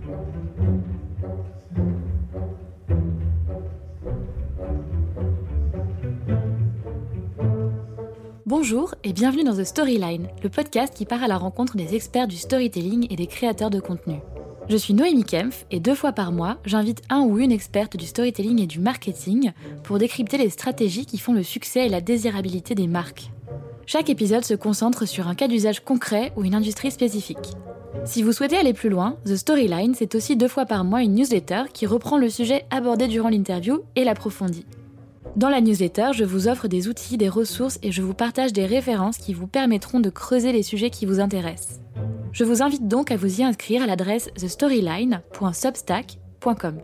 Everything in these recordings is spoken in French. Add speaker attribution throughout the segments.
Speaker 1: Bonjour et bienvenue dans The Storyline, le podcast qui part à la rencontre des experts du storytelling et des créateurs de contenu. Je suis Noémie Kempf et 2 fois par mois, j'invite un ou une experte du storytelling et du marketing pour décrypter les stratégies qui font le succès et la désirabilité des marques. Chaque épisode se concentre sur un cas d'usage concret ou une industrie spécifique. Si vous souhaitez aller plus loin, The Storyline, c'est aussi 2 fois par mois une newsletter qui reprend le sujet abordé durant l'interview et l'approfondit. Dans la newsletter, je vous offre des outils, des ressources et je vous partage des références qui vous permettront de creuser les sujets qui vous intéressent. Je vous invite donc à vous y inscrire à l'adresse thestoryline.substack.com.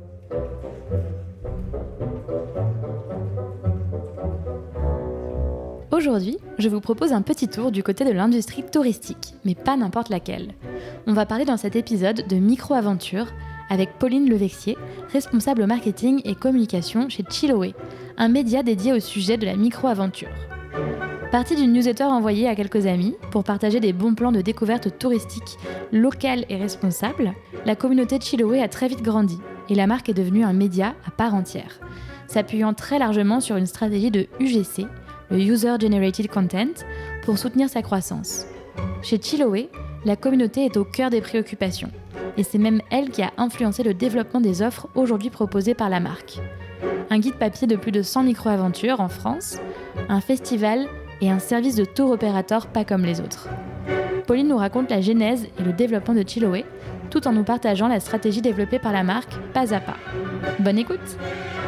Speaker 1: Aujourd'hui, je vous propose un petit tour du côté de l'industrie touristique, mais pas n'importe laquelle. On va parler dans cet épisode de micro-aventure avec Pauline Levexier, responsable marketing et communication chez Chiloé, un média dédié au sujet de la micro-aventure. Partie d'une newsletter envoyée à quelques amis pour partager des bons plans de découverte touristique locales et responsables, la communauté Chiloé a très vite grandi et la marque est devenue un média à part entière, s'appuyant très largement sur une stratégie de UGC, le User Generated Content, pour soutenir sa croissance. Chez Chiloé, la communauté est au cœur des préoccupations. Et c'est même elle qui a influencé le développement des offres aujourd'hui proposées par la marque. Un guide papier de plus de 100 micro-aventures en France, un festival et un service de tour opérateur pas comme les autres. Pauline nous raconte la genèse et le développement de Chiloé, tout en nous partageant la stratégie développée par la marque pas à pas. Bonne écoute!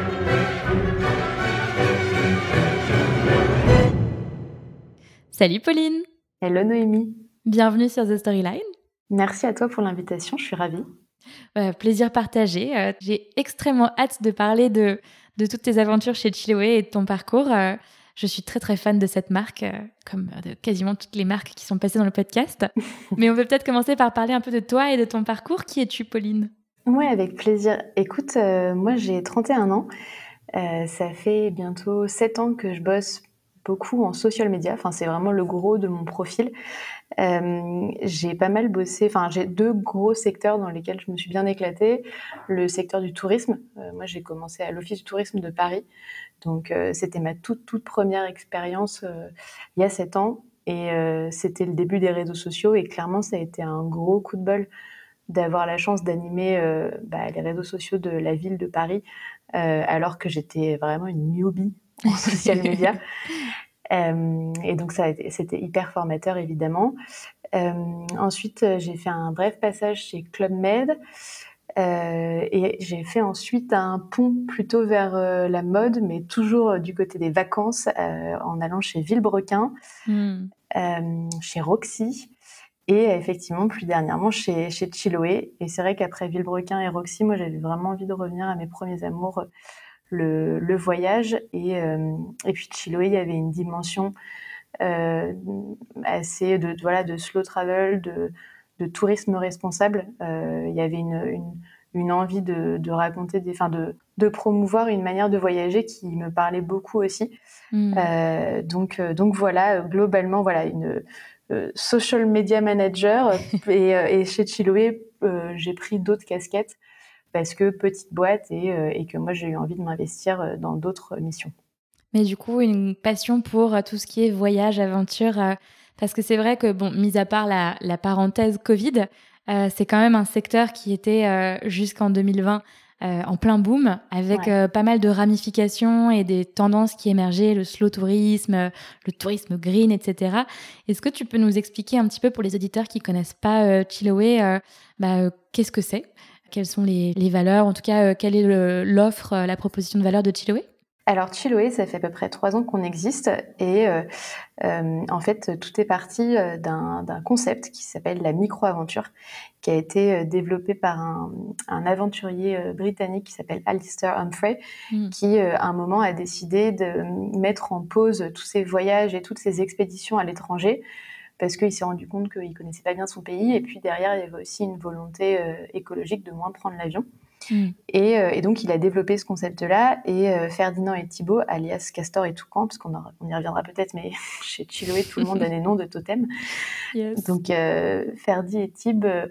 Speaker 1: Salut Pauline!
Speaker 2: Hello Noémie!
Speaker 1: Bienvenue sur The Storyline.
Speaker 2: Merci à toi pour l'invitation, je suis ravie.
Speaker 1: Plaisir partagé. J'ai extrêmement hâte de parler de toutes tes aventures chez Chiloé et de ton parcours. Je suis très très fan de cette marque, comme de quasiment toutes les marques qui sont passées dans le podcast. Mais on peut peut-être commencer par parler un peu de toi et de ton parcours. Qui es-tu, Pauline ?
Speaker 2: Oui, avec plaisir. Écoute, moi j'ai 31 ans. Ça fait bientôt 7 ans que je bosse beaucoup en social media. Enfin, c'est vraiment le gros de mon profil. J'ai pas mal bossé, j'ai 2 gros secteurs dans lesquels je me suis bien éclatée. Le secteur du tourisme, moi j'ai commencé à l'Office du tourisme de Paris, donc c'était ma toute première expérience il y a 7 ans, et c'était le début des réseaux sociaux, et clairement ça a été un gros coup de bol d'avoir la chance d'animer les réseaux sociaux de la ville de Paris, alors que j'étais vraiment une newbie en social media. Et donc c'était hyper formateur évidemment. Ensuite, j'ai fait un bref passage chez Club Med, et j'ai fait ensuite un pont plutôt vers la mode, mais toujours du côté des vacances, en allant chez Villebrequin, chez Roxy, et effectivement plus dernièrement chez Chiloé. Et c'est vrai qu'après Villebrequin et Roxy, moi j'avais vraiment envie de revenir à mes premiers amours, le voyage, et puis Chiloé, il y avait une dimension assez de slow travel, de tourisme responsable. Il y avait une envie de raconter de promouvoir une manière de voyager qui me parlait beaucoup aussi. Donc voilà, globalement, voilà, une social media manager, et chez Chiloé, j'ai pris d'autres casquettes parce que petite boîte, et que moi j'ai eu envie de m'investir dans d'autres missions.
Speaker 1: Mais du coup, une passion pour tout ce qui est voyage, aventure, parce que c'est vrai que, bon, mis à part la parenthèse Covid, c'est quand même un secteur qui était jusqu'en 2020 en plein boom, avec pas mal de ramifications et des tendances qui émergeaient, le slow tourisme, le tourisme green, etc. Est-ce que tu peux nous expliquer un petit peu, pour les auditeurs qui connaissent pas Chiloé, qu'est-ce que c'est ? Quelles sont les valeurs, en tout cas, quelle est l'offre, la proposition de valeur de Chiloé ?
Speaker 2: Alors Chiloé, ça fait à peu près 3 ans qu'on existe, et en fait tout est parti d'un concept qui s'appelle la micro-aventure, qui a été développé par un aventurier britannique qui s'appelle Alistair Humphrey, qui à un moment a décidé de mettre en pause tous ses voyages et toutes ses expéditions à l'étranger, parce qu'il s'est rendu compte qu'il connaissait pas bien son pays, et puis derrière il y avait aussi une volonté écologique de moins prendre l'avion. Et donc il a développé ce concept-là, et Ferdinand et Thibaut, alias Castor et Toucan, parce qu'on y reviendra peut-être, mais chez Chiloé tout le monde a des noms de totems. Yes. Donc Ferdi et Thib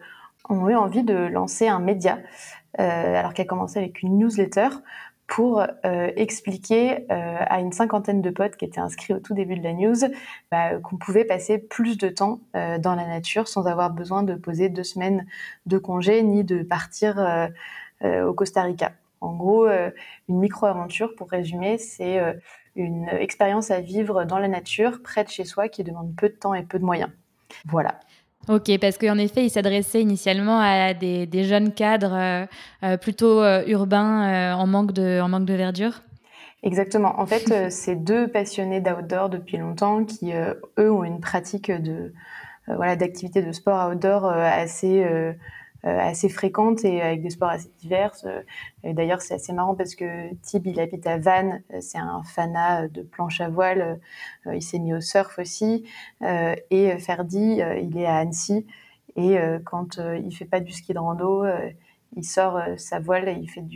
Speaker 2: ont eu envie de lancer un média, alors qu'elle a commencé avec une newsletter pour expliquer à une cinquantaine de potes qui étaient inscrits au tout début de la news qu'on pouvait passer plus de temps dans la nature sans avoir besoin de poser 2 semaines de congé ni de partir au Costa Rica. En gros, une micro-aventure, pour résumer, c'est une expérience à vivre dans la nature, près de chez soi, qui demande peu de temps et peu de moyens. Voilà.
Speaker 1: Ok, parce qu'en effet, il s'adressait initialement à des jeunes cadres plutôt urbains en manque de verdure.
Speaker 2: Exactement. En fait, c'est 2 passionnés d'outdoor depuis longtemps qui, eux, ont une pratique d'activité de sport outdoor assez fréquente et avec des sports assez diverses. Et d'ailleurs, c'est assez marrant parce que Tib, il habite à Vannes, c'est un fanat de planche à voile, il s'est mis au surf aussi. Et Ferdi, il est à Annecy et quand il fait pas du ski de rando, il sort sa voile et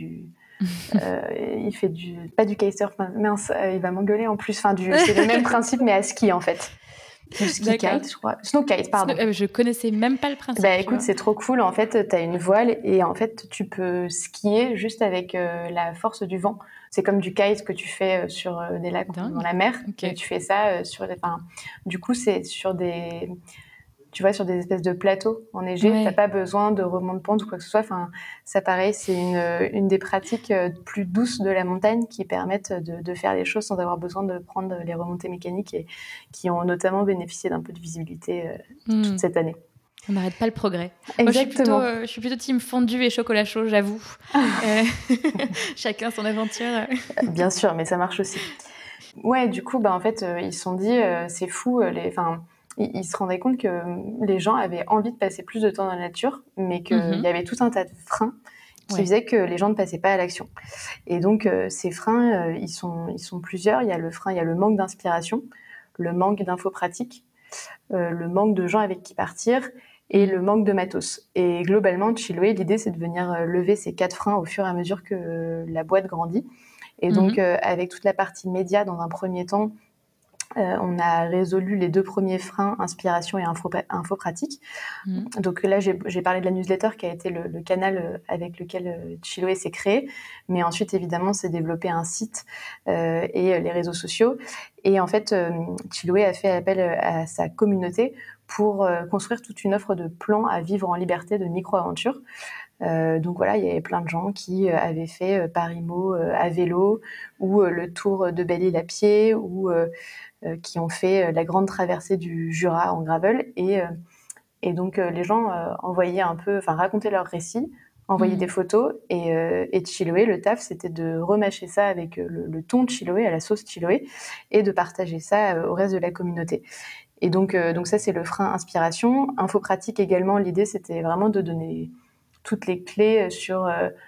Speaker 2: il fait pas du kitesurf, mince, il va m'engueuler en plus. Enfin, c'est le même principe mais à ski en fait. Du ski kite, je crois. Snow kite, pardon.
Speaker 1: Je connaissais même pas le principe.
Speaker 2: Bah écoute, c'est trop cool. En fait, t'as une voile et en fait, tu peux skier juste avec la force du vent. C'est comme du kite que tu fais sur des lacs ou dans la mer.
Speaker 1: Okay.
Speaker 2: Et tu fais ça du coup, c'est sur tu vois, sur des espèces de plateaux enneigés. Ouais. T'as pas besoin de remont de pente ou quoi que ce soit. Enfin, ça, pareil, c'est une des pratiques plus douces de la montagne qui permettent de faire les choses sans avoir besoin de prendre les remontées mécaniques et qui ont notamment bénéficié d'un peu de visibilité toute cette année.
Speaker 1: On n'arrête pas le progrès.
Speaker 2: Exactement.
Speaker 1: Moi, je suis plutôt team fondue et chocolat chaud, j'avoue. Chacun son aventure.
Speaker 2: Bien sûr, mais ça marche aussi. Ouais, du coup, en fait, ils se sont dit, c'est fou, ils se rendaient compte que les gens avaient envie de passer plus de temps dans la nature, mais qu'il y avait tout un tas de freins qui faisaient que les gens ne passaient pas à l'action. Et donc, ces freins, ils sont plusieurs. Il y a le manque d'inspiration, le manque d'infos pratiques, le manque de gens avec qui partir et le manque de matos. Et globalement, Chiloé, l'idée, c'est de venir lever ces 4 freins au fur et à mesure que la boîte grandit. Et donc, avec toute la partie média, dans un premier temps, on a résolu les 2 premiers freins, inspiration et info pratique. Donc là, j'ai parlé de la newsletter qui a été le canal avec lequel Chiloé s'est créé. Mais ensuite, évidemment, c'est développé un site et les réseaux sociaux. Et en fait, Chiloé a fait appel à sa communauté pour construire toute une offre de plans à vivre en liberté de micro-aventures. Donc voilà, il y avait plein de gens qui avaient fait Paris-Meaux à vélo ou le tour de Belle-Île à pied ou qui ont fait la grande traversée du Jura en gravel. Et donc les gens racontaient leurs récits, envoyaient des photos. Et Chiloé, le taf, c'était de remâcher ça avec le thon de Chiloé, à la sauce Chiloé, et de partager ça au reste de la communauté. Et donc ça, c'est le frein inspiration. Info pratique également, l'idée, c'était vraiment de donner toutes les clés sur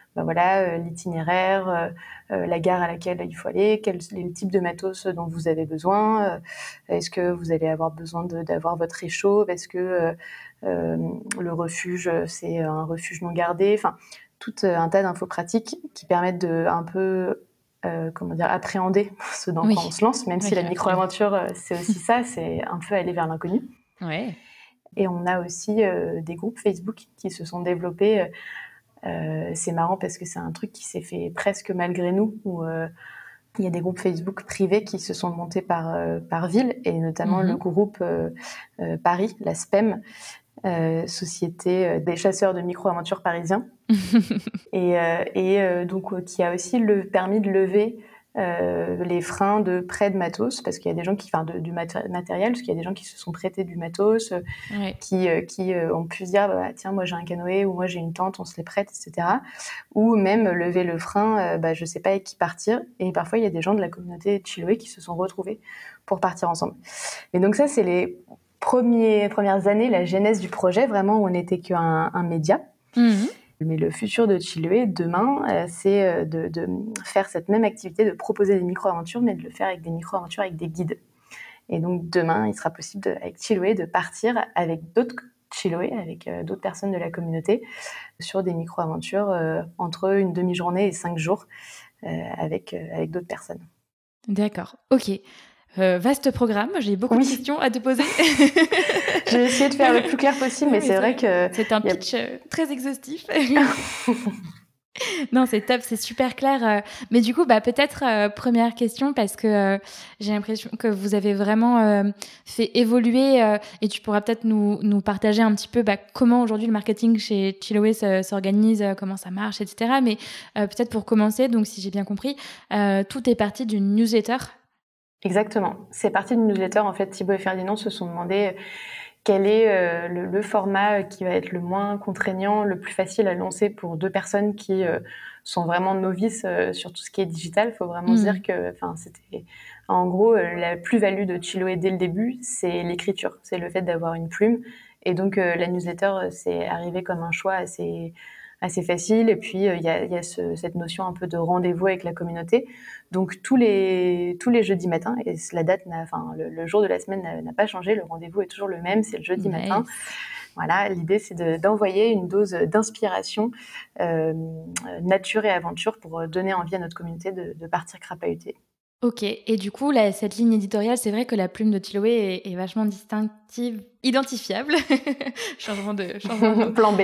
Speaker 2: l'itinéraire, la gare à laquelle il faut aller, les types de matos dont vous avez besoin, est-ce que vous allez avoir besoin d'avoir votre réchauffe, est-ce que le refuge, c'est un refuge non gardé, enfin, tout un tas d'infos pratiques qui permettent de un peu appréhender ce dans quoi on se lance, même si la micro-aventure, c'est aussi ça, c'est un peu aller vers l'inconnu.
Speaker 1: Ouais.
Speaker 2: Et on a aussi des groupes Facebook qui se sont développés. C'est marrant parce que c'est un truc qui s'est fait presque malgré nous, où il y a des groupes Facebook privés qui se sont montés par ville, et notamment le groupe Paris, la SPEM, Société des chasseurs de micro-aventures parisiens, et donc qui a aussi permis de lever les freins de prêt de matos, parce qu'il y a des gens du matériel, parce qu'il y a des gens qui se sont prêtés du matos, qui ont pu se dire tiens, moi j'ai un canoë, ou moi j'ai une tente, on se les prête, etc. Ou même lever le frein, je sais pas avec qui partir, et parfois il y a des gens de la communauté de Chiloé qui se sont retrouvés pour partir ensemble. Et donc ça, c'est les premières années, la genèse du projet, vraiment, où on n'était qu'un média. Mais le futur de Chiloé, demain, c'est de faire cette même activité, de proposer des micro-aventures, mais de le faire avec des micro-aventures avec des guides. Et donc demain, il sera possible avec Chiloé de partir avec d'autres Chiloé, avec d'autres personnes de la communauté, sur des micro-aventures entre une demi-journée et 5 jours avec d'autres personnes.
Speaker 1: D'accord, ok. Vaste programme, j'ai beaucoup de questions à te poser.
Speaker 2: Je vais essayer de faire le plus clair possible, mais c'est vrai que...
Speaker 1: C'est un pitch très exhaustif. Non, c'est top, c'est super clair. Mais du coup, peut-être première question, parce que j'ai l'impression que vous avez vraiment fait évoluer, et tu pourras peut-être nous partager un petit peu comment aujourd'hui le marketing chez Chiloé s'organise, comment ça marche, etc. Mais peut-être pour commencer, donc si j'ai bien compris, tout est parti d'une newsletter.
Speaker 2: Exactement. C'est parti d'une newsletter. En fait, Thibaut et Ferdinand se sont demandé quel est le format qui va être le moins contraignant, le plus facile à lancer pour deux personnes qui sont vraiment novices sur tout ce qui est digital. Il faut vraiment se dire que, c'était en gros la plus-value de Chiloé dès le début, c'est l'écriture, c'est le fait d'avoir une plume. Et donc la newsletter, c'est arrivé comme un choix assez facile. Et puis il y a cette notion un peu de rendez-vous avec la communauté. Donc tous les jeudis matins, et la date, le jour de la semaine n'a pas changé, le rendez-vous est toujours le même, c'est le jeudi matin. Voilà, l'idée c'est d'envoyer une dose d'inspiration, nature et aventure pour donner envie à notre communauté de partir crapahuter.
Speaker 1: Ok, et du coup, cette ligne éditoriale, c'est vrai que la plume de Chiloé est vachement distinctive, identifiable. changement de
Speaker 2: Plan B.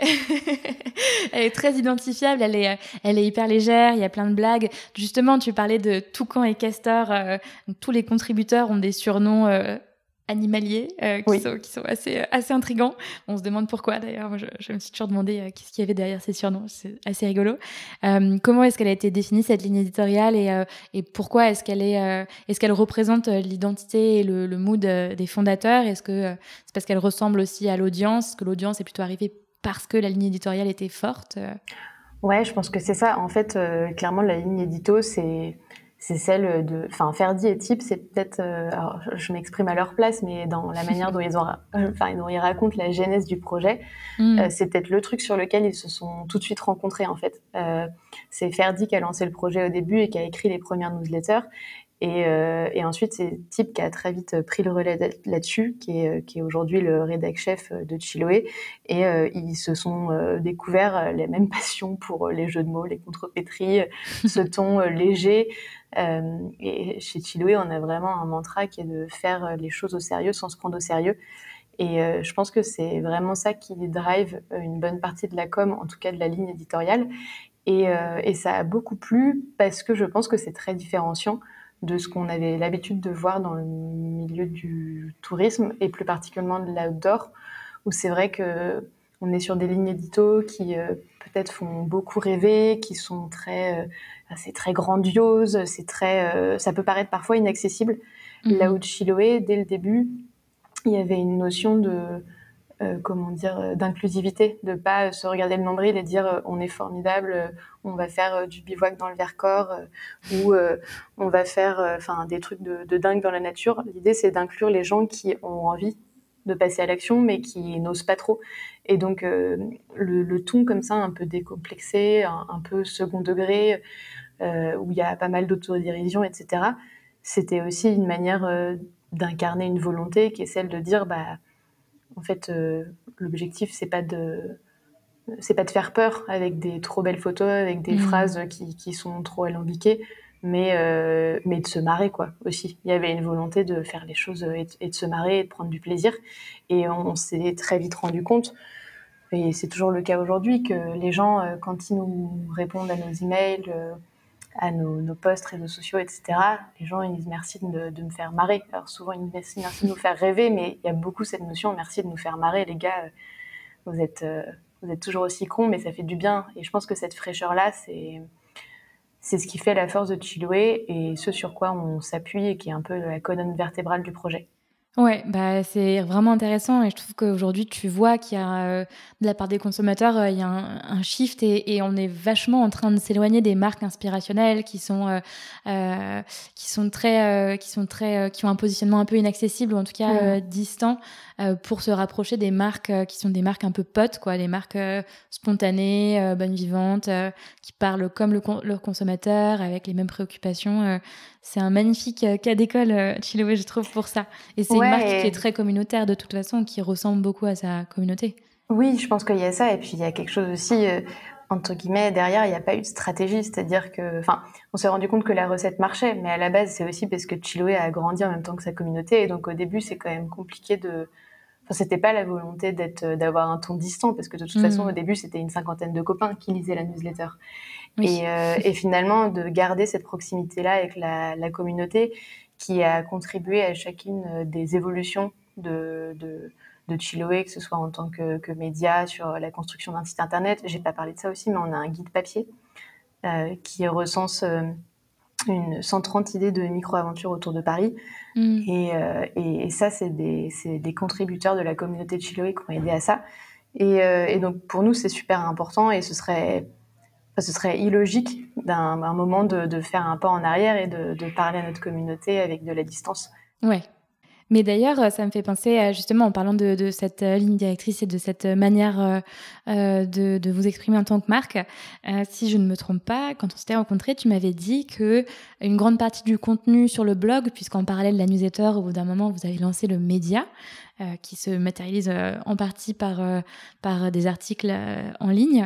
Speaker 1: Elle est très identifiable, elle est hyper légère, il y a plein de blagues. Justement, tu parlais de Toucan et Castor, tous les contributeurs ont des surnoms animaliers qui sont assez intrigants. On se demande pourquoi d'ailleurs. Moi, je me suis toujours demandé qu'est-ce qu'il y avait derrière ces surnoms. C'est assez rigolo. Comment est-ce qu'elle a été définie, cette ligne éditoriale, et pourquoi est-ce qu'elle représente l'identité et le mood des fondateurs? Est-ce que c'est parce qu'elle ressemble aussi à l'audience, que l'audience est plutôt arrivée parce que la ligne éditoriale était forte?
Speaker 2: Ouais, je pense que c'est ça. En fait, clairement, la ligne édito, c'est celle de... Ferdi et Type, c'est peut-être... alors, je m'exprime à leur place, mais dans la manière dont dont ils racontent la genèse du projet, c'est peut-être le truc sur lequel ils se sont tout de suite rencontrés, en fait. C'est Ferdi qui a lancé le projet au début et qui a écrit les premières newsletters. Et ensuite, c'est Type qui a très vite pris le relais là-dessus, qui est aujourd'hui le rédac-chef de Chiloé. Et ils se sont découverts les mêmes passions pour les jeux de mots, les contrepétries, ce ton léger. Et chez Chiloé, on a vraiment un mantra qui est de faire les choses au sérieux sans se prendre au sérieux. Et je pense que c'est vraiment ça qui drive une bonne partie de la com, en tout cas de la ligne éditoriale. Et ça a beaucoup plu parce que je pense que c'est très différenciant de ce qu'on avait l'habitude de voir dans le milieu du tourisme et plus particulièrement de l'outdoor, où c'est vrai que on est sur des lignes édito qui peut-être font beaucoup rêver, qui sont c'est très grandiose, ça peut paraître parfois inaccessible. Là où Chiloé, dès le début, il y avait une notion de d'inclusivité, de pas se regarder le nombril et dire on est formidable, on va faire du bivouac dans le Vercors ou on va faire des trucs de dingue dans la nature. L'idée, c'est d'inclure les gens qui ont envie de passer à l'action, mais qui n'osent pas trop. Et donc, le ton comme ça, un peu décomplexé, un peu second degré, où il y a pas mal d'autodérision, etc., c'était aussi une manière d'incarner une volonté qui est celle de dire, en fait, l'objectif, c'est pas de faire peur avec des trop belles photos, avec des phrases qui sont trop alambiquées, mais de se marrer, quoi, aussi. Il y avait une volonté de faire les choses et de se marrer et de prendre du plaisir. Et on s'est très vite rendu compte, et c'est toujours le cas aujourd'hui, que les gens, quand ils nous répondent à nos emails, à nos posts, réseaux sociaux, etc., les gens, ils disent merci de me faire marrer. Alors souvent, ils disent merci de nous faire rêver, mais il y a beaucoup cette notion, merci de nous faire marrer, les gars, vous êtes toujours aussi cons, mais ça fait du bien. Et je pense que cette fraîcheur-là, c'est ce qui fait la force de Chiloé et ce sur quoi on s'appuie et qui est un peu la colonne vertébrale du projet.
Speaker 1: Ouais, c'est vraiment intéressant, et je trouve qu'aujourd'hui tu vois qu'il y a de la part des consommateurs, il y a un shift, et on est vachement en train de s'éloigner des marques inspirationnelles qui ont un positionnement un peu inaccessible, ou en tout cas distant, pour se rapprocher des marques qui sont des marques un peu potes, quoi, des marques spontanées, bonnes vivantes, qui parlent comme leur consommateur, avec les mêmes préoccupations. C'est un magnifique cas d'école, Chiloé, je trouve, pour ça. Et c'est une marque qui est très communautaire de toute façon, qui ressemble beaucoup à sa communauté.
Speaker 2: Oui, je pense qu'il y a ça. Et puis il y a quelque chose aussi, entre guillemets, derrière, il n'y a pas eu de stratégie. C'est-à-dire on s'est rendu compte que la recette marchait, mais à la base, c'est aussi parce que Chiloé a grandi en même temps que sa communauté. Et donc, au début, c'est quand même compliqué c'était pas la volonté d'avoir un ton distant, parce que de toute façon, au début, c'était une 50aine de copains qui lisaient la newsletter.
Speaker 1: Oui.
Speaker 2: Et finalement, de garder cette proximité-là avec la communauté qui a contribué à chacune des évolutions de Chiloé, que ce soit en tant que média, sur la construction d'un site internet. J'ai pas parlé de ça aussi, mais on a un guide papier qui recense 130 idées de micro-aventures autour de Paris. Et ça, c'est des contributeurs de la communauté de Chiloé qui ont aidé à ça. Et donc, pour nous, c'est super important, et ce serait illogique d'un moment de faire un pas en arrière et de parler à notre communauté avec de la distance.
Speaker 1: Ouais. Mais d'ailleurs, ça me fait penser à, justement, en parlant de cette ligne directrice et de cette manière de vous exprimer en tant que marque, si je ne me trompe pas, quand on s'était rencontrés, tu m'avais dit que une grande partie du contenu sur le blog, puisqu'en parallèle de la newsletter, au bout d'un moment, vous avez lancé le média, qui se matérialise en partie par des articles en ligne.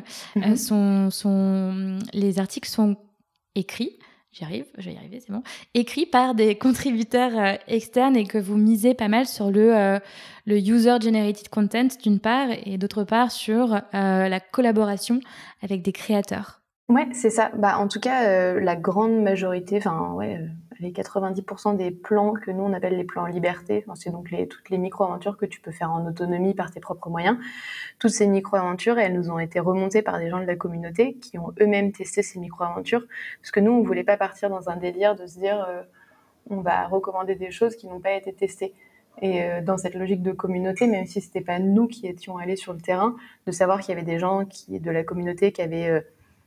Speaker 1: Les articles sont écrits. Je vais y arriver, c'est bon. Écrit par des contributeurs externes, et que vous misez pas mal sur le user-generated content d'une part, et d'autre part sur la collaboration avec des créateurs.
Speaker 2: Ouais, c'est ça. En tout cas, la grande majorité, les 90% des plans que nous on appelle les plans liberté, c'est donc toutes les micro-aventures que tu peux faire en autonomie par tes propres moyens. Toutes ces micro-aventures, elles nous ont été remontées par des gens de la communauté qui ont eux-mêmes testé ces micro-aventures, parce que nous, on voulait pas partir dans un délire de se dire on va recommander des choses qui n'ont pas été testées. Et dans cette logique de communauté, même si c'était pas nous qui étions allés sur le terrain, de savoir qu'il y avait des gens de la communauté qui avaient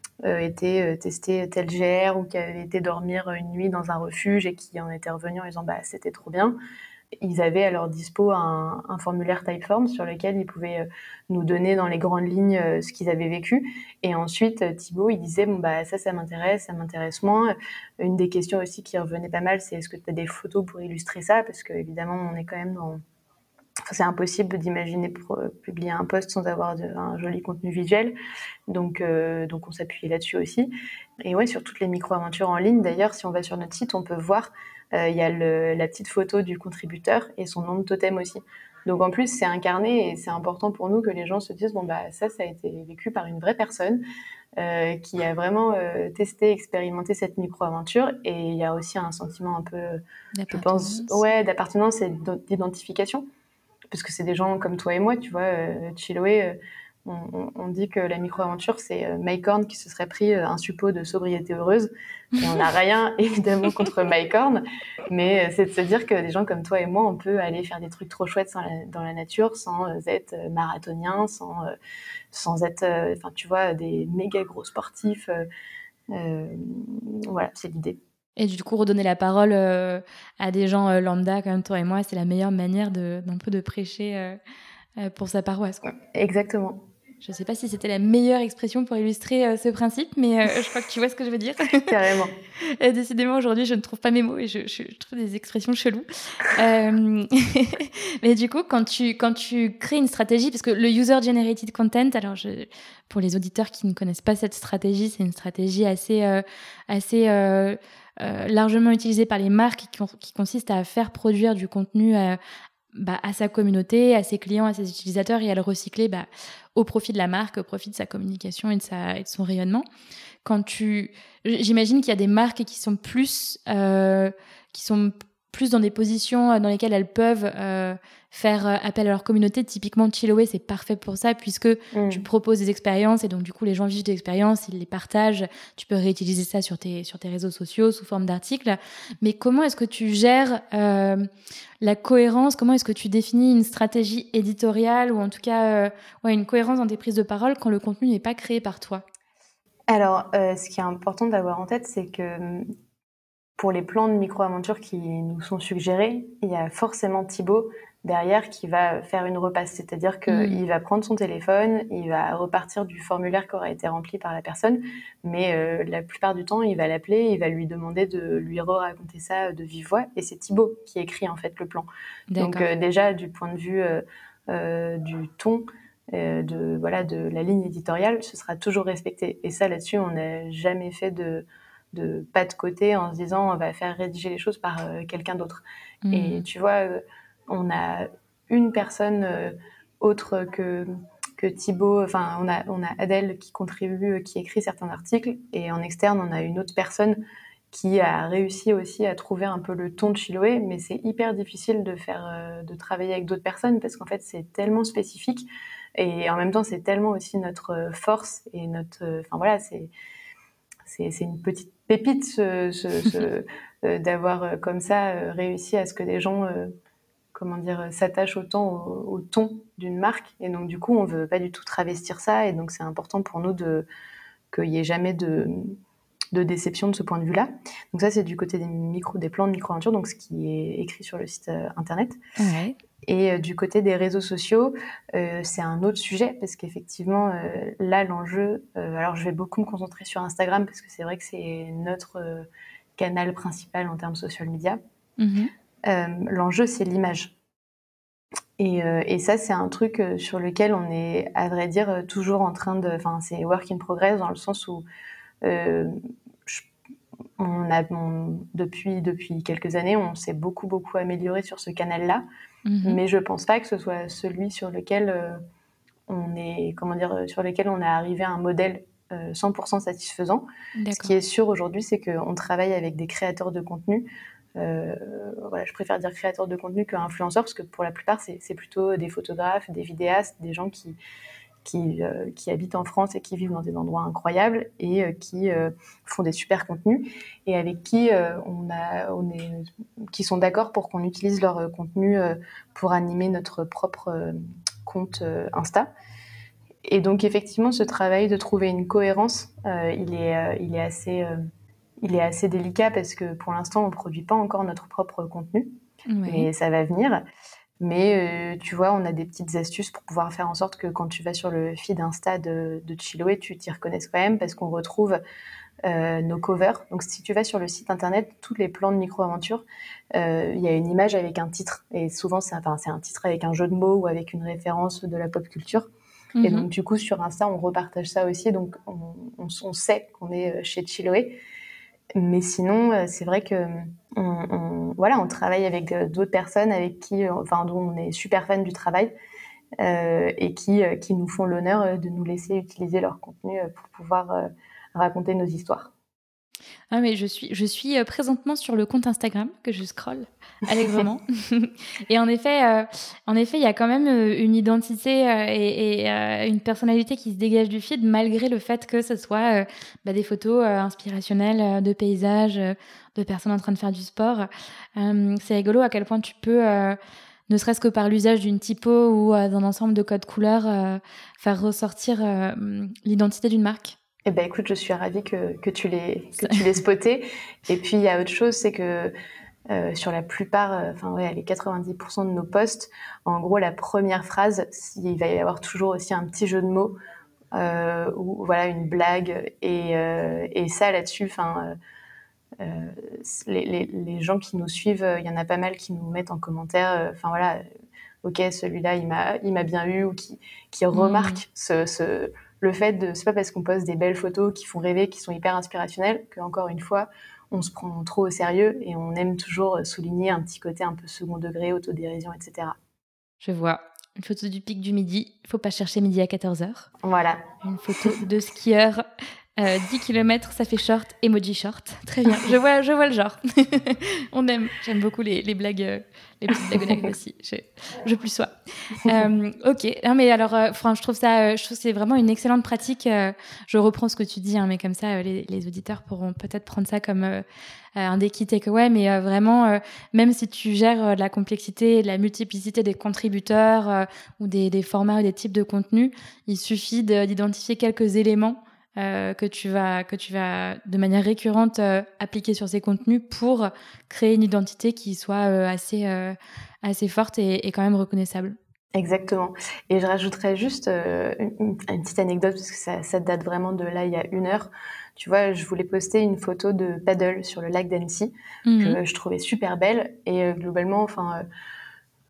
Speaker 2: été tester tel GR, ou qui avaient été dormir une nuit dans un refuge et qui en étaient revenus en disant c'était trop bien. Ils avaient à leur dispo un formulaire Typeform sur lequel ils pouvaient nous donner dans les grandes lignes ce qu'ils avaient vécu. Et ensuite, Thibaut, il disait ça m'intéresse moins. Une des questions aussi qui revenait pas mal, c'est est-ce que tu as des photos pour illustrer ça? Parce que évidemment, on est quand même c'est impossible d'imaginer publier un post sans avoir un joli contenu visuel. Donc on s'appuyait là-dessus aussi. Et ouais, sur toutes les micro-aventures en ligne, d'ailleurs, si on va sur notre site, on peut voir, il y a la petite photo du contributeur et son nom de totem aussi. Donc en plus, c'est incarné, et c'est important pour nous que les gens se disent ça a été vécu par une vraie personne qui a vraiment testé, expérimenté cette micro-aventure. Et il y a aussi un sentiment un peu, je pense, d'appartenance et d'identification. Parce que c'est des gens comme toi et moi, tu vois. Chiloé, on dit que la micro-aventure, c'est Mike Horn qui se serait pris un suppôt de sobriété heureuse. Et on n'a rien, évidemment, contre Mike Horn, mais c'est de se dire que des gens comme toi et moi, on peut aller faire des trucs trop chouettes dans la nature sans être marathonien, sans être, tu vois, des méga gros sportifs. Voilà, c'est l'idée.
Speaker 1: Et du coup, redonner la parole à des gens lambda comme toi et moi, c'est la meilleure manière d'un peu de prêcher pour sa paroisse, quoi.
Speaker 2: Exactement.
Speaker 1: Je ne sais pas si c'était la meilleure expression pour illustrer ce principe, mais je crois que tu vois ce que je veux dire.
Speaker 2: Carrément.
Speaker 1: Décidément, aujourd'hui, je ne trouve pas mes mots et je trouve des expressions cheloues. Mais du coup, quand tu crées une stratégie, parce que le user-generated content, alors pour les auditeurs qui ne connaissent pas cette stratégie, c'est une stratégie assez largement utilisée par les marques, qui consiste à faire produire du contenu à sa communauté, à ses clients, à ses utilisateurs, et à le recycler au profit de la marque, au profit de sa communication et de son rayonnement. J'imagine qu'il y a des marques qui sont plus dans des positions dans lesquelles elles peuvent faire appel à leur communauté. Typiquement, Chiloé, c'est parfait pour ça, puisque tu proposes des expériences, et donc du coup, les gens vivent des expériences, ils les partagent. Tu peux réutiliser ça sur tes réseaux sociaux sous forme d'articles. Mais comment est-ce que tu gères la cohérence? Comment est-ce que tu définis une stratégie éditoriale, ou en tout cas une cohérence dans tes prises de parole quand le contenu n'est pas créé par toi?
Speaker 2: Alors, ce qui est important d'avoir en tête, c'est que pour les plans de micro-aventures qui nous sont suggérés, il y a forcément Thibaut derrière qui va faire une repasse. C'est-à-dire qu'il va prendre son téléphone, il va repartir du formulaire qui aura été rempli par la personne, mais la plupart du temps, il va l'appeler, il va lui demander de lui raconter ça de vive voix, et c'est Thibaut qui écrit en fait le plan. D'accord. Donc déjà, du point de vue du ton, de la ligne éditoriale, ce sera toujours respecté. Et ça, là-dessus, on n'a jamais fait de pas de côté en se disant on va faire rédiger les choses par quelqu'un d'autre. Et tu vois, on a une personne autre que Thibaut, enfin on a Adèle qui contribue, qui écrit certains articles, et en externe on a une autre personne qui a réussi aussi à trouver un peu le ton de Chiloé, mais c'est hyper difficile de travailler avec d'autres personnes parce qu'en fait c'est tellement spécifique et en même temps c'est tellement aussi notre force et notre, enfin voilà, c'est une petite pépite d'avoir comme ça réussi à ce que les gens s'attachent autant au ton d'une marque. Et donc du coup on veut pas du tout travestir ça, et donc c'est important pour nous qu'il y ait jamais de déception de ce point de vue-là. Donc ça, c'est du côté des plans de micro-aventure, donc ce qui est écrit sur le site internet.
Speaker 1: Ouais.
Speaker 2: Et du côté des réseaux sociaux, c'est un autre sujet, parce qu'effectivement, là, l'enjeu... alors, je vais beaucoup me concentrer sur Instagram, parce que c'est vrai que c'est notre canal principal en termes social media. L'enjeu, c'est l'image. Et ça, c'est un truc sur lequel on est, à vrai dire, toujours en train de... Enfin, c'est work in progress, dans le sens où depuis quelques années, on s'est beaucoup amélioré sur ce canal-là, mais je pense pas que ce soit celui sur lequel sur lequel on est arrivé à un modèle 100% satisfaisant.
Speaker 1: D'accord.
Speaker 2: Ce qui est sûr aujourd'hui, c'est qu'on travaille avec des créateurs de contenu. Voilà, je préfère dire créateurs de contenu qu'influenceurs, parce que pour la plupart, c'est plutôt des photographes, des vidéastes, des gens qui habitent en France et qui vivent dans des endroits incroyables et qui font des super contenus, et avec qui qui sont d'accord pour qu'on utilise leur contenu pour animer notre propre compte Insta. Et donc effectivement, ce travail de trouver une cohérence, il est assez délicat, parce que pour l'instant, on ne produit pas encore notre propre contenu, mais ça va venir. Mais tu vois, on a des petites astuces pour pouvoir faire en sorte que quand tu vas sur le feed Insta de Chiloé, tu t'y reconnaisses quand même, parce qu'on retrouve nos covers. Donc si tu vas sur le site internet, tous les plans de micro-aventure, il y a une image avec un titre. Et souvent, c'est un titre avec un jeu de mots ou avec une référence de la pop culture. Et donc du coup, sur Insta, on repartage ça aussi. Donc on sait qu'on est chez Chiloé. Mais sinon, c'est vrai que on travaille avec d'autres personnes avec qui, dont on est super fan du travail, et qui nous font l'honneur de nous laisser utiliser leur contenu pour pouvoir raconter nos histoires.
Speaker 1: Ah mais je suis présentement sur le compte Instagram que je scrolle allègrement. Et en effet, il y a quand même une identité et une personnalité qui se dégage du feed, malgré le fait que ce soit des photos inspirationnelles de paysages, de personnes en train de faire du sport. C'est rigolo à quel point tu peux, ne serait-ce que par l'usage d'une typo ou d'un ensemble de codes couleurs, faire ressortir l'identité d'une marque.
Speaker 2: Eh ben, écoute, je suis ravie que tu l'aies spoté. Et puis, il y a autre chose, c'est que sur la plupart, les 90% de nos posts, en gros, la première phrase, il va y avoir toujours aussi un petit jeu de mots, ou voilà, une blague. Et ça, là-dessus, les gens qui nous suivent, il y en a pas mal qui nous mettent en commentaire, ok, celui-là, il m'a bien eu, ou qui remarquent le fait de... C'est pas parce qu'on poste des belles photos qui font rêver, qui sont hyper inspirationnelles, qu'encore une fois, on se prend trop au sérieux, et on aime toujours souligner un petit côté un peu second degré, autodérision, etc.
Speaker 1: Je vois. Une photo du pic du midi. Il ne faut pas chercher midi à 14h.
Speaker 2: Voilà.
Speaker 1: Une photo de skieur. 10 km, ça fait short, emoji short. Très bien, je vois le genre. On aime. J'aime beaucoup les blagues, les petites blagues aussi. Je plus sois. Ok. Non, mais alors, je trouve que c'est vraiment une excellente pratique. Je reprends ce que tu dis, hein, mais comme ça, les auditeurs pourront peut-être prendre ça comme un des key takeaways. Mais vraiment, même si tu gères la complexité, la multiplicité des contributeurs ou des formats ou des types de contenus, il suffit d'identifier quelques éléments que tu vas de manière récurrente appliquer sur ces contenus pour créer une identité qui soit assez forte et quand même reconnaissable.
Speaker 2: Exactement. Et je rajouterais juste une petite anecdote, parce que ça date vraiment de là, il y a 1 heure. Tu vois, je voulais poster une photo de paddle sur le lac d'Annecy, que je trouvais super belle. Et globalement,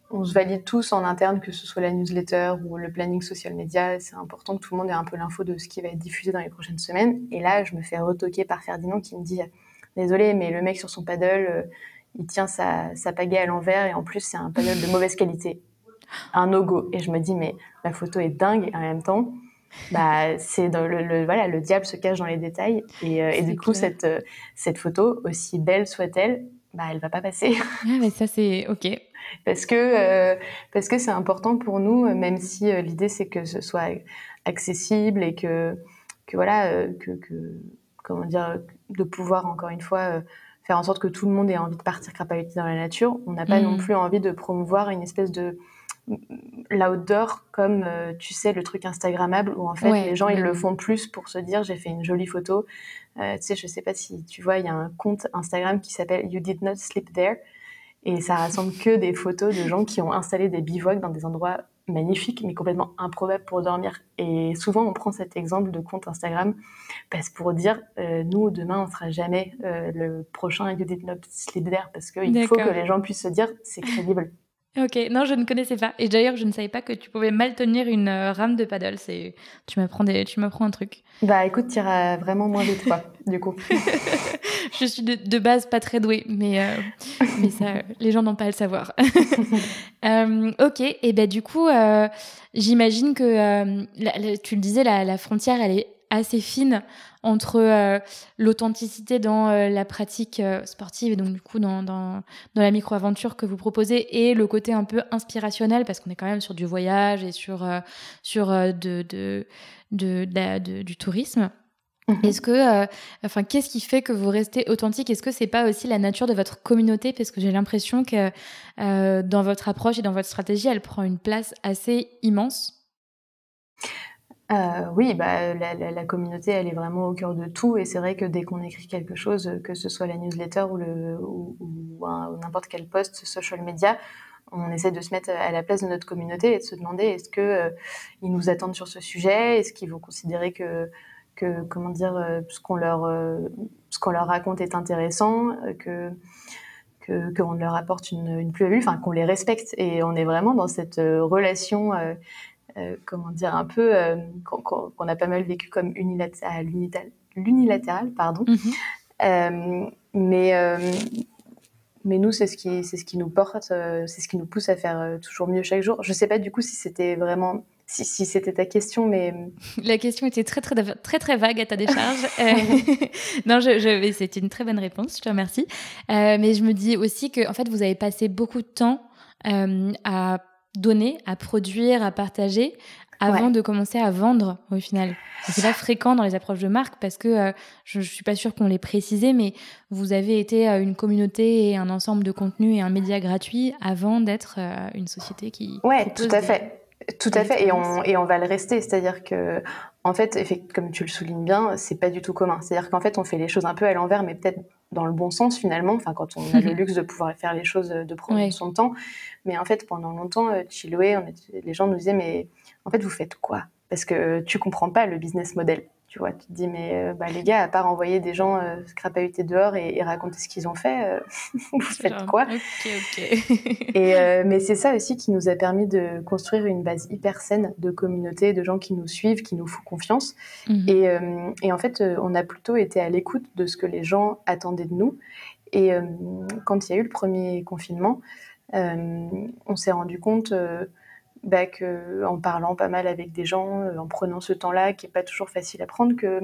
Speaker 2: on se valide tous en interne, que ce soit la newsletter ou le planning social media. C'est important que tout le monde ait un peu l'info de ce qui va être diffusé dans les prochaines semaines. Et là, je me fais retoquer par Ferdinand qui me dit « Désolé, mais le mec sur son paddle, il tient sa pagaie à l'envers et en plus, c'est un paddle de mauvaise qualité. Un no-go. » Et je me dis « Mais la photo est dingue et en même temps... » c'est dans le diable se cache dans les détails et du coup cette photo, aussi belle soit-elle, elle va pas passer.
Speaker 1: Ah, mais ça c'est ok.
Speaker 2: Parce que c'est important pour nous, même si l'idée c'est que ce soit accessible et que voilà, comment dire, de pouvoir encore une fois faire en sorte que tout le monde ait envie de partir crapahuter dans la nature. On n'a pas non plus envie de promouvoir une espèce de l'outdoor comme tu sais le truc instagrammable où en fait les gens ils le font plus pour se dire j'ai fait une jolie photo. Tu sais, je sais pas si tu vois, il y a un compte Instagram qui s'appelle You Did Not Sleep There et ça rassemble que des photos de gens qui ont installé des bivouacs dans des endroits magnifiques mais complètement improbables pour dormir. Et souvent on prend cet exemple de compte Instagram pour dire nous demain on sera jamais le prochain You Did Not Sleep There parce qu'il faut que les gens puissent se dire c'est crédible.
Speaker 1: Ok, non, je ne connaissais pas. Et d'ailleurs, je ne savais pas que tu pouvais mal tenir une rame de paddle. Tu m'apprends un truc.
Speaker 2: Écoute, tu iras vraiment moins vite, quoi, du coup.
Speaker 1: Je suis de base pas très douée, mais ça, les gens n'ont pas à le savoir. Ok, et du coup, j'imagine que, tu le disais, la frontière, elle est assez fine entre l'authenticité dans la pratique sportive et donc du coup dans la micro-aventure que vous proposez et le côté un peu inspirationnel parce qu'on est quand même sur du voyage et sur du tourisme. Est-ce que, qu'est-ce qui fait que vous restez authentique ? Est-ce que c'est pas aussi la nature de votre communauté ? Parce que j'ai l'impression que dans votre approche et dans votre stratégie, elle prend une place assez immense.
Speaker 2: Oui, la communauté, elle est vraiment au cœur de tout. Et c'est vrai que dès qu'on écrit quelque chose, que ce soit la newsletter ou n'importe quel post social media, on essaie de se mettre à la place de notre communauté et de se demander est-ce qu'ils nous attendent sur ce sujet ? Est-ce qu'ils vont considérer que comment dire, ce qu'on leur raconte est intéressant, qu'on leur apporte une plus-value, enfin qu'on les respecte. Et on est vraiment dans cette relation, comment dire, un peu qu'on a pas mal vécu comme l'unilatéral, pardon. Mais nous, c'est ce qui nous porte, c'est ce qui nous pousse à faire toujours mieux chaque jour. Je sais pas du coup si c'était vraiment si c'était ta question, mais
Speaker 1: la question était très très très très vague à ta décharge. Non, c'était une très bonne réponse. Je te remercie. Mais je me dis aussi que en fait, vous avez passé beaucoup de temps à donner, à produire, à partager avant de commencer à vendre au final. C'est pas fréquent dans les approches de marque parce que je suis pas sûre qu'on l'ait précisé, mais vous avez été une communauté et un ensemble de contenus et un média gratuit avant d'être une société qui propose
Speaker 2: tout à fait. Tout à fait, et on va le rester. C'est-à-dire que, en fait, comme tu le soulignes bien, c'est pas du tout commun. C'est-à-dire qu'en fait, on fait les choses un peu à l'envers, mais peut-être dans le bon sens finalement. Enfin, quand on a le luxe de pouvoir faire les choses, de prendre son temps. Mais en fait, pendant longtemps, Chiloé, les gens nous disaient mais en fait, vous faites quoi ? Parce que tu comprends pas le business model. Tu vois, tu te dis mais les gars, à part envoyer des gens crapahuter dehors et raconter ce qu'ils ont fait, vous faites quoi ?
Speaker 1: Ok.
Speaker 2: Mais c'est ça aussi qui nous a permis de construire une base hyper saine de communauté, de gens qui nous suivent, qui nous font confiance. Et en fait, on a plutôt été à l'écoute de ce que les gens attendaient de nous. Et quand il y a eu le premier confinement, on s'est rendu compte qu'en parlant pas mal avec des gens, en prenant ce temps-là qui n'est pas toujours facile à prendre, que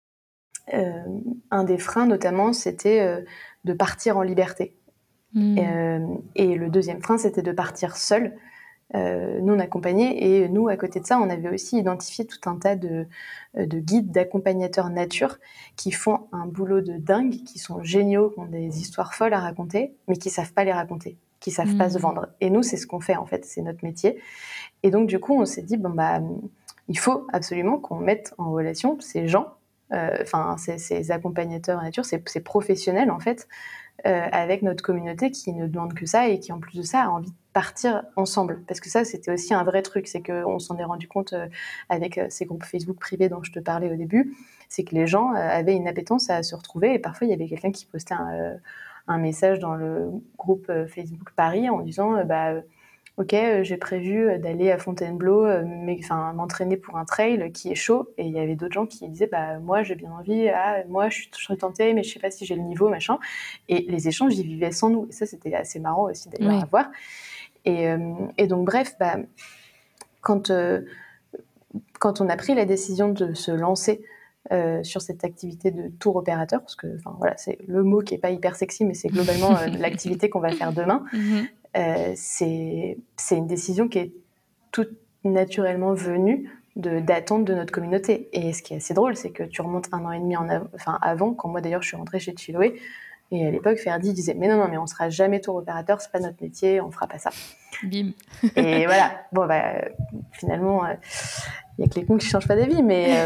Speaker 2: un des freins notamment, c'était de partir en liberté. Et le deuxième frein, c'était de partir seul, non accompagné. Et nous, à côté de ça, on avait aussi identifié tout un tas de guides, d'accompagnateurs nature qui font un boulot de dingue, qui sont géniaux, qui ont des histoires folles à raconter, mais qui savent pas les raconter, qui savent pas se vendre. Et nous, c'est ce qu'on fait en fait, c'est notre métier. Et donc du coup, on s'est dit il faut absolument qu'on mette en relation ces gens, ces accompagnateurs nature, ces professionnels en fait, avec notre communauté qui ne demande que ça et qui en plus de ça a envie de partir ensemble. Parce que ça, c'était aussi un vrai truc, c'est qu'on s'en est rendu compte avec ces groupes Facebook privés dont je te parlais au début, c'est que les gens avaient une appétence à se retrouver et parfois il y avait quelqu'un qui postait un message dans le groupe Facebook Paris en disant ok, j'ai prévu d'aller à Fontainebleau, m'entraîner pour un trail qui est chaud. Et il y avait d'autres gens qui disaient, bah moi j'ai bien envie, moi je suis tentée, mais je sais pas si j'ai le niveau, machin. Et les échanges, ils vivaient sans nous. Et ça, c'était assez marrant aussi d'ailleurs à voir. Et donc bref, quand on a pris la décision de se lancer sur cette activité de tour opérateur, parce que c'est le mot qui est pas hyper sexy, mais c'est globalement l'activité qu'on va faire demain. C'est une décision qui est toute naturellement venue d'attente de notre communauté. Et ce qui est assez drôle, c'est que tu remontes 1 an et demi avant, quand moi d'ailleurs je suis rentrée chez Chiloé, et à l'époque Ferdi disait mais non, mais on sera jamais tour opérateur, c'est pas notre métier, on fera pas ça.
Speaker 1: Bim.
Speaker 2: Et voilà, finalement il y a que les cons qui changent pas d'avis,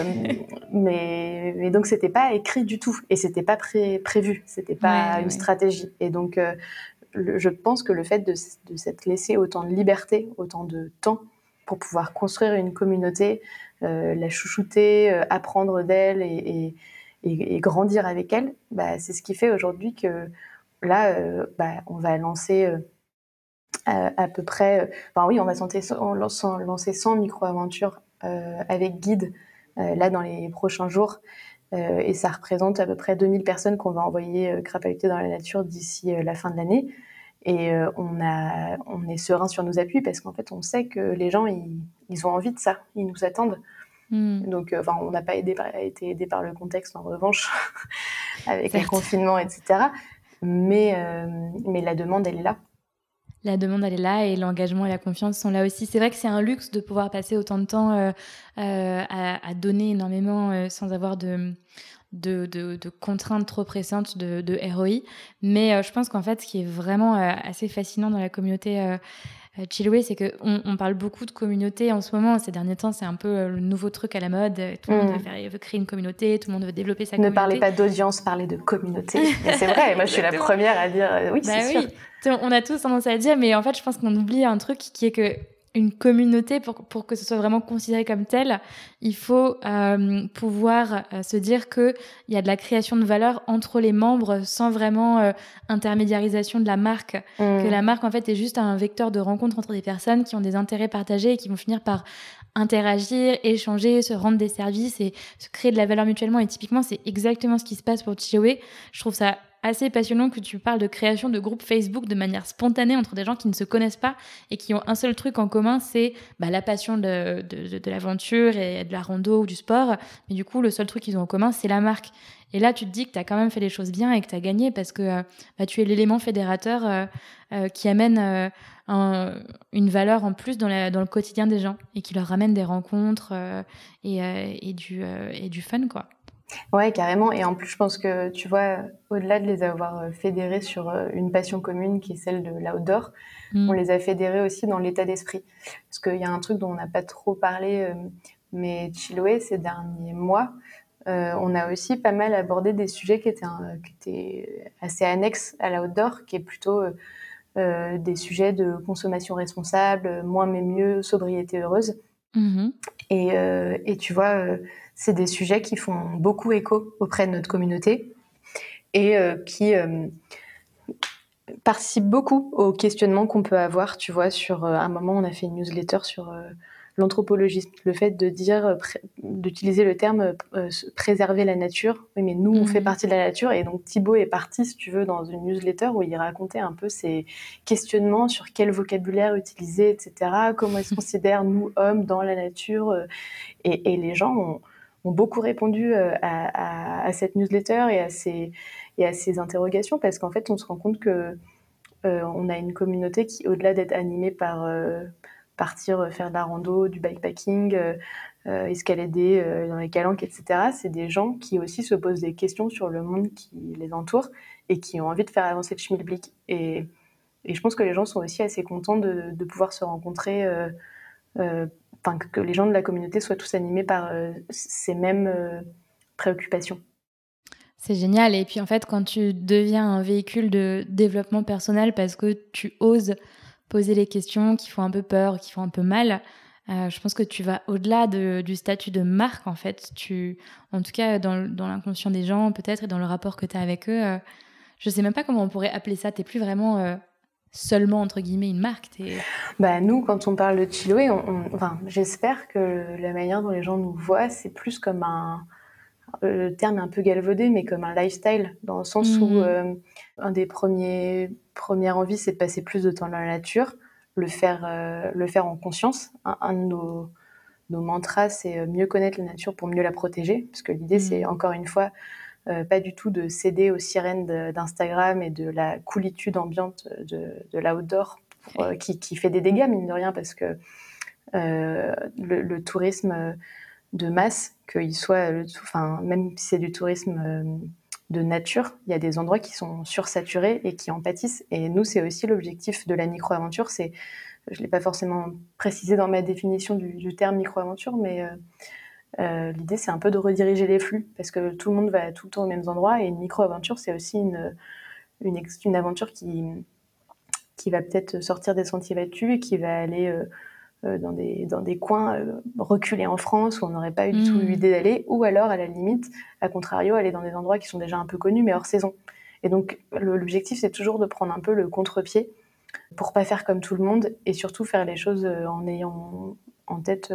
Speaker 2: mais donc c'était pas écrit du tout, et c'était pas prévu, c'était pas une stratégie. Et donc je pense que le fait de s'être laissé autant de liberté, autant de temps pour pouvoir construire une communauté, la chouchouter, apprendre d'elle et grandir avec elle, c'est ce qui fait aujourd'hui que là, on va lancer à peu près... on va lancer 100 micro-aventures avec guide là dans les prochains jours. Et ça représente à peu près 2000 personnes qu'on va envoyer crapahuter dans la nature d'ici la fin de l'année. Et on est serein sur nos appuis parce qu'en fait, on sait que les gens, ils ont envie de ça, ils nous attendent. Donc, on n'a pas été aidé par le contexte, en revanche, avec les confinements, etc. Mais la demande, elle est là.
Speaker 1: La demande, elle est là, et l'engagement et la confiance sont là aussi. C'est vrai que c'est un luxe de pouvoir passer autant de temps à donner énormément sans avoir de contraintes trop pressantes de ROI. Mais je pense qu'en fait, ce qui est vraiment assez fascinant dans la communauté Chiloé, c'est qu'on parle beaucoup de communauté en ce moment. Ces derniers temps, c'est un peu le nouveau truc à la mode. Tout le monde veut créer une communauté, tout le monde veut développer sa communauté.
Speaker 2: Ne parlez pas d'audience, parlez de communauté. Mais c'est vrai, moi je suis la première à dire oui, c'est sûr.
Speaker 1: On a tous tendance à le dire, mais en fait, je pense qu'on oublie un truc qui est que une communauté, pour que ce soit vraiment considéré comme tel, il faut pouvoir se dire qu'il y a de la création de valeur entre les membres sans vraiment intermédiarisation de la marque. Que la marque, en fait, est juste un vecteur de rencontre entre des personnes qui ont des intérêts partagés et qui vont finir par interagir, échanger, se rendre des services et se créer de la valeur mutuellement. Et typiquement, c'est exactement ce qui se passe pour Chiloé. Je trouve ça assez passionnant que tu parles de création de groupes Facebook de manière spontanée entre des gens qui ne se connaissent pas et qui ont un seul truc en commun, c'est la passion de l'aventure et de la rando ou du sport. Mais du coup, le seul truc qu'ils ont en commun, c'est la marque. Et là, tu te dis que tu as quand même fait les choses bien et que tu as gagné parce que tu es l'élément fédérateur qui amène une valeur en plus dans le quotidien des gens et qui leur ramène des rencontres et du fun, quoi.
Speaker 2: Ouais, carrément. Et en plus, je pense que, tu vois, au-delà de les avoir fédérés sur une passion commune qui est celle de l'outdoor, on les a fédérés aussi dans l'état d'esprit. Parce qu'il y a un truc dont on n'a pas trop parlé, mais Chiloé, ces derniers mois, on a aussi pas mal abordé des sujets qui étaient assez annexes à l'outdoor, qui est plutôt des sujets de consommation responsable, moins mais mieux, sobriété heureuse. Et tu vois, c'est des sujets qui font beaucoup écho auprès de notre communauté et qui participent beaucoup au questionnement qu'on peut avoir. Tu vois, sur à un moment, on a fait une newsletter sur l'anthropologisme, le fait de dire, d'utiliser le terme préserver la nature. Oui, mais nous, on fait partie de la nature. Et donc, Thibaut est parti, si tu veux, dans une newsletter où il racontait un peu ses questionnements sur quel vocabulaire utiliser, etc. Comment ils se considèrent, nous, hommes, dans la nature. Et les gens ont beaucoup répondu à cette newsletter et à ces interrogations, parce qu'en fait, on se rend compte que on a une communauté qui, au-delà d'être animée par partir faire de la rando, du bikepacking, escalader dans les calanques, etc., c'est des gens qui aussi se posent des questions sur le monde qui les entoure et qui ont envie de faire avancer le schmilblick. Et je pense que les gens sont aussi assez contents de pouvoir se rencontrer, que les gens de la communauté soient tous animés par ces mêmes préoccupations.
Speaker 1: C'est génial. Et puis en fait, quand tu deviens un véhicule de développement personnel parce que tu oses poser les questions qui font un peu peur, qui font un peu mal, je pense que tu vas au-delà du statut de marque, en fait. En tout cas, dans l'inconscient des gens, peut-être, et dans le rapport que tu as avec eux, je sais même pas comment on pourrait appeler ça. T'es plus vraiment seulement, entre guillemets, une marque.
Speaker 2: Nous, quand on parle de Chiloé, j'espère que la manière dont les gens nous voient, c'est plus comme le terme est un peu galvaudé, mais comme un lifestyle, dans le sens où un des premières envies, c'est de passer plus de temps dans la nature, le faire en conscience. Un de nos mantras, c'est mieux connaître la nature pour mieux la protéger, parce que l'idée, c'est encore une fois pas du tout de céder aux sirènes d'Instagram et de la coolitude ambiante de l'outdoor qui fait des dégâts, mine de rien, parce que le tourisme de masse, qu'il soit, même si c'est du tourisme de nature, il y a des endroits qui sont sursaturés et qui en pâtissent. Et nous, c'est aussi l'objectif de la micro-aventure. Je ne l'ai pas forcément précisé dans ma définition du terme micro-aventure, mais l'idée, c'est un peu de rediriger les flux, parce que tout le monde va tout le temps aux mêmes endroits, et une micro-aventure, c'est aussi une aventure qui va peut-être sortir des sentiers battus et qui va aller dans des coins reculés en France où on n'aurait pas du tout eu l'idée d'aller, ou alors, à la limite, à contrario, aller dans des endroits qui sont déjà un peu connus, mais hors saison. Et donc, l'objectif, c'est toujours de prendre un peu le contre-pied pour pas faire comme tout le monde, et surtout faire les choses en ayant en tête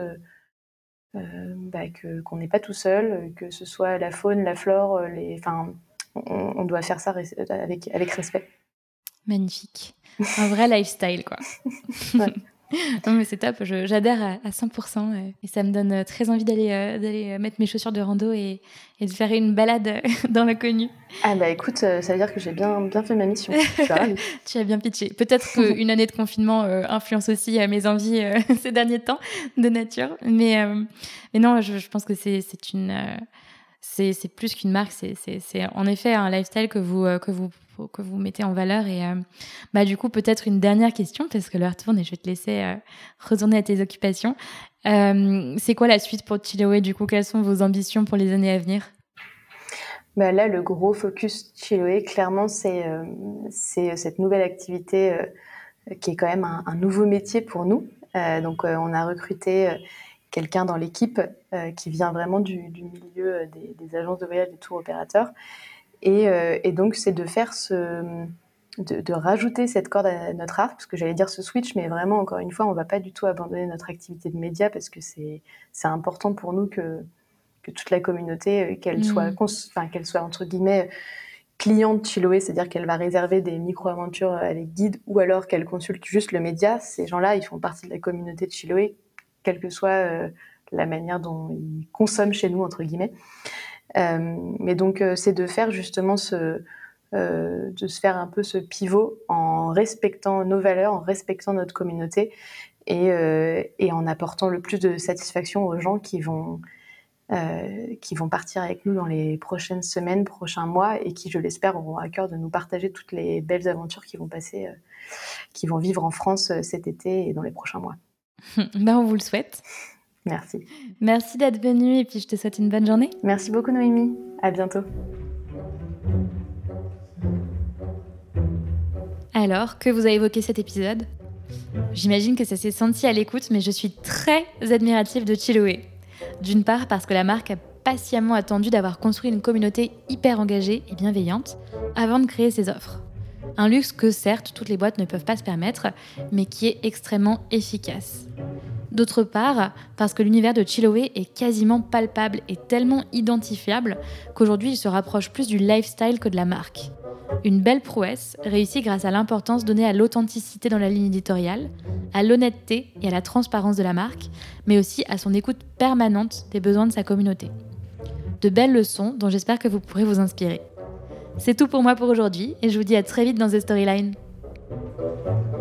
Speaker 2: qu'on n'est pas tout seul, que ce soit la faune, la flore, on doit faire ça avec respect.
Speaker 1: Magnifique. Un vrai lifestyle, quoi.
Speaker 2: Ouais.
Speaker 1: Non, mais c'est top, j'adhère à 100% et ça me donne très envie d'aller mettre mes chaussures de rando et de faire une balade dans l'inconnu.
Speaker 2: Écoute, ça veut dire que j'ai bien fait ma mission. Je suis ravie.
Speaker 1: Tu as bien pitché. Peut-être qu'une année de confinement influence aussi mes envies ces derniers temps de nature. Mais non, je pense que c'est plus qu'une marque, c'est en effet un lifestyle que vous mettez en valeur. Et du coup, peut-être une dernière question, parce que l'heure tourne et je vais te laisser retourner à tes occupations. C'est quoi la suite pour Chiloé, du coup? Quelles sont vos ambitions pour les années à venir?
Speaker 2: Là, le gros focus Chiloé, clairement, c'est cette nouvelle activité qui est quand même un nouveau métier pour nous. Donc, on a recruté quelqu'un dans l'équipe qui vient vraiment du milieu des agences de voyage, des tours opérateurs. Et donc, c'est de faire de rajouter cette corde à notre arc, parce que j'allais dire ce switch, mais vraiment, encore une fois, on ne va pas du tout abandonner notre activité de média, parce que c'est important pour nous que toute la communauté, qu'elle soit entre guillemets cliente Chiloé, c'est-à-dire qu'elle va réserver des micro-aventures avec guide, ou alors qu'elle consulte juste le média. Ces gens-là, ils font partie de la communauté de Chiloé, quelle que soit la manière dont ils consomment chez nous, entre guillemets. Mais donc, c'est de faire justement de se faire un peu ce pivot en respectant nos valeurs, en respectant notre communauté, et en apportant le plus de satisfaction aux gens qui vont partir avec nous dans les prochaines semaines, prochains mois, et qui, je l'espère, auront à cœur de nous partager toutes les belles aventures qui vont vivre en France cet été et dans les prochains mois.
Speaker 1: On vous le souhaite.
Speaker 2: Merci.
Speaker 1: Merci d'être venue, et puis je te souhaite une bonne journée.
Speaker 2: Merci beaucoup, Noémie. À bientôt.
Speaker 1: Alors, que vous a évoqué cet épisode? J'imagine que ça s'est senti à l'écoute, mais je suis très admirative de Chiloé. D'une part parce que la marque a patiemment attendu d'avoir construit une communauté hyper engagée et bienveillante avant de créer ses offres. Un luxe que certes toutes les boîtes ne peuvent pas se permettre, mais qui est extrêmement efficace. D'autre part, parce que l'univers de Chiloé est quasiment palpable et tellement identifiable qu'aujourd'hui il se rapproche plus du lifestyle que de la marque. Une belle prouesse réussie grâce à l'importance donnée à l'authenticité dans la ligne éditoriale, à l'honnêteté et à la transparence de la marque, mais aussi à son écoute permanente des besoins de sa communauté. De belles leçons dont j'espère que vous pourrez vous inspirer. C'est tout pour moi pour aujourd'hui et je vous dis à très vite dans The Storyline.